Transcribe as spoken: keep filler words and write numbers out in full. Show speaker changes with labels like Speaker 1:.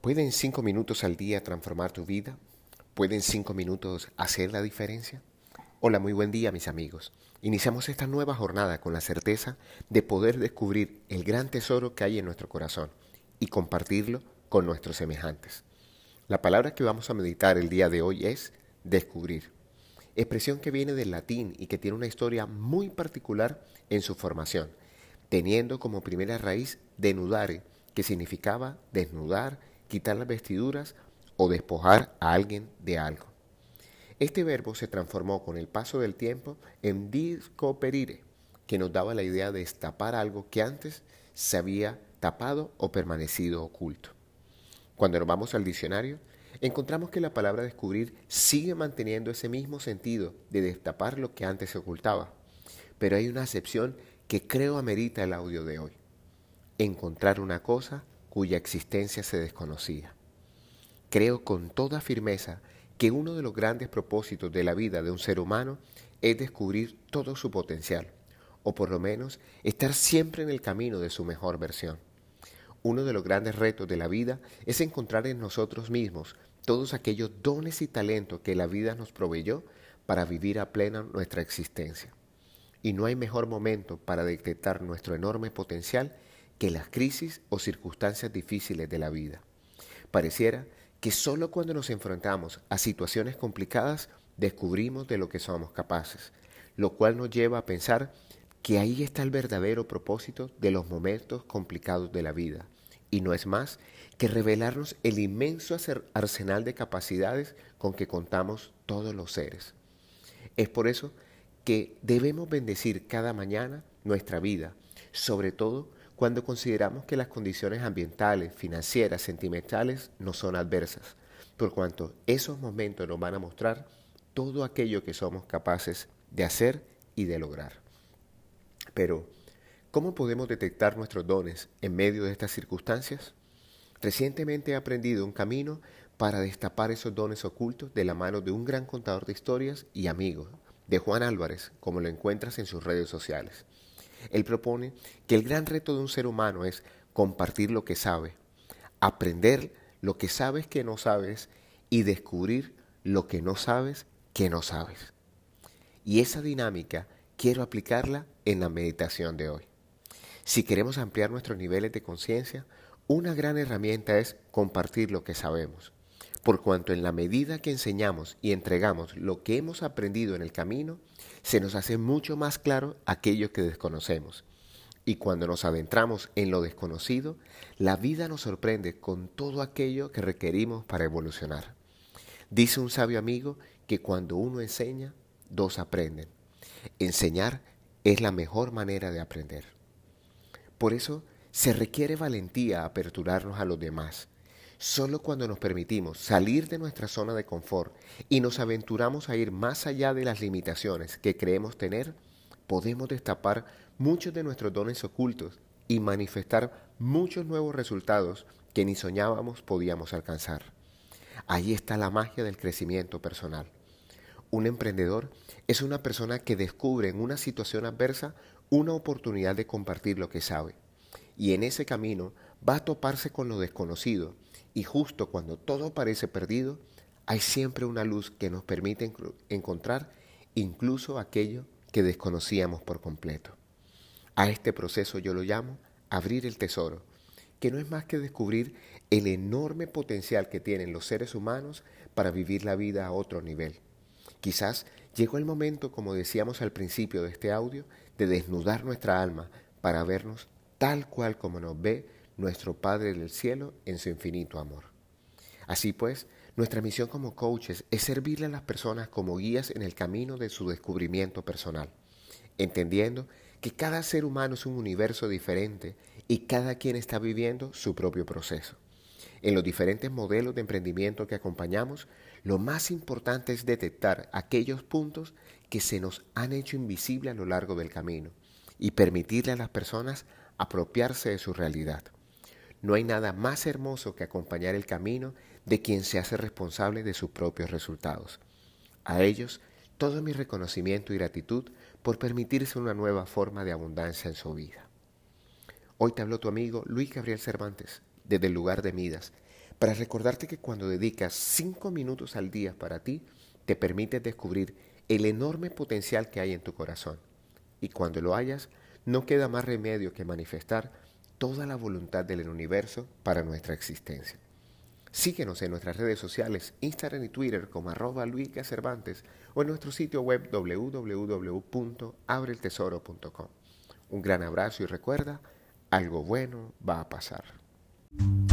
Speaker 1: ¿Pueden cinco minutos al día transformar tu vida? ¿Pueden cinco minutos hacer la diferencia? Hola, muy buen día mis amigos. Iniciamos esta nueva jornada con la certeza de poder descubrir el gran tesoro que hay en nuestro corazón y compartirlo con nuestros semejantes. La palabra que vamos a meditar el día de hoy es descubrir, expresión que viene del latín y que tiene una historia muy particular en su formación, teniendo como primera raíz denudare, que significaba desnudar, quitar las vestiduras o despojar a alguien de algo. Este verbo se transformó con el paso del tiempo en discoperire, que nos daba la idea de destapar algo que antes se había tapado o permanecido oculto. Cuando nos vamos al diccionario, encontramos que la palabra descubrir sigue manteniendo ese mismo sentido de destapar lo que antes se ocultaba, pero hay una acepción que creo amerita el audio de hoy: encontrar una cosa cuya existencia se desconocía. Creo con toda firmeza que uno de los grandes propósitos de la vida de un ser humano es descubrir todo su potencial, o por lo menos estar siempre en el camino de su mejor versión. Uno de los grandes retos de la vida es encontrar en nosotros mismos todos aquellos dones y talentos que la vida nos proveyó para vivir a plena nuestra existencia. Y no hay mejor momento para detectar nuestro enorme potencial que las crisis o circunstancias difíciles de la vida. Pareciera que solo cuando nos enfrentamos a situaciones complicadas descubrimos de lo que somos capaces, lo cual nos lleva a pensar que ahí está el verdadero propósito de los momentos complicados de la vida, y no es más que revelarnos el inmenso arsenal de capacidades con que contamos todos los seres. Es por eso que debemos bendecir cada mañana nuestra vida, sobre todo cuando consideramos que las condiciones ambientales, financieras, sentimentales no son adversas, por cuanto esos momentos nos van a mostrar todo aquello que somos capaces de hacer y de lograr. Pero, ¿cómo podemos detectar nuestros dones en medio de estas circunstancias? Recientemente he aprendido un camino para destapar esos dones ocultos de la mano de un gran contador de historias y amigo, de Juan Álvarez, como lo encuentras en sus redes sociales. Él propone que el gran reto de un ser humano es compartir lo que sabe, aprender lo que sabes que no sabes y descubrir lo que no sabes que no sabes. Y esa dinámica quiero aplicarla en la meditación de hoy. Si queremos ampliar nuestros niveles de conciencia, una gran herramienta es compartir lo que sabemos, por cuanto en la medida que enseñamos y entregamos lo que hemos aprendido en el camino, se nos hace mucho más claro aquello que desconocemos. Y cuando nos adentramos en lo desconocido, la vida nos sorprende con todo aquello que requerimos para evolucionar. Dice un sabio amigo que cuando uno enseña, dos aprenden. Enseñar es la mejor manera de aprender. Por eso se requiere valentía a aperturarnos a los demás. Solo cuando nos permitimos salir de nuestra zona de confort y nos aventuramos a ir más allá de las limitaciones que creemos tener, podemos destapar muchos de nuestros dones ocultos y manifestar muchos nuevos resultados que ni soñábamos podíamos alcanzar. Ahí está la magia del crecimiento personal. Un emprendedor es una persona que descubre en una situación adversa una oportunidad de compartir lo que sabe. Y en ese camino va a toparse con lo desconocido, y justo cuando todo parece perdido, hay siempre una luz que nos permite encontrar incluso aquello que desconocíamos por completo. A este proceso yo lo llamo abrir el tesoro, que no es más que descubrir el enorme potencial que tienen los seres humanos para vivir la vida a otro nivel. Quizás llegó el momento, como decíamos al principio de este audio, de desnudar nuestra alma para vernos tal cual como nos ve nuestro Padre del Cielo en su infinito amor. Así pues, nuestra misión como coaches es servirle a las personas como guías en el camino de su descubrimiento personal, entendiendo que cada ser humano es un universo diferente y cada quien está viviendo su propio proceso. En los diferentes modelos de emprendimiento que acompañamos, lo más importante es detectar aquellos puntos que se nos han hecho invisibles a lo largo del camino y permitirle a las personas apropiarse de su realidad. No hay nada más hermoso que acompañar el camino de quien se hace responsable de sus propios resultados. A ellos, todo mi reconocimiento y gratitud por permitirse una nueva forma de abundancia en su vida. Hoy te habló tu amigo Luis Gabriel Cervantes, desde el lugar de Midas, para recordarte que cuando dedicas cinco minutos al día para ti, te permites descubrir el enorme potencial que hay en tu corazón. Y cuando lo hayas, no queda más remedio que manifestar toda la voluntad del universo para nuestra existencia. Síguenos en nuestras redes sociales, Instagram y Twitter como arroba Luis Cervantes o en nuestro sitio web doble u doble u doble u punto abre el tesoro punto com. Un gran abrazo y recuerda, algo bueno va a pasar.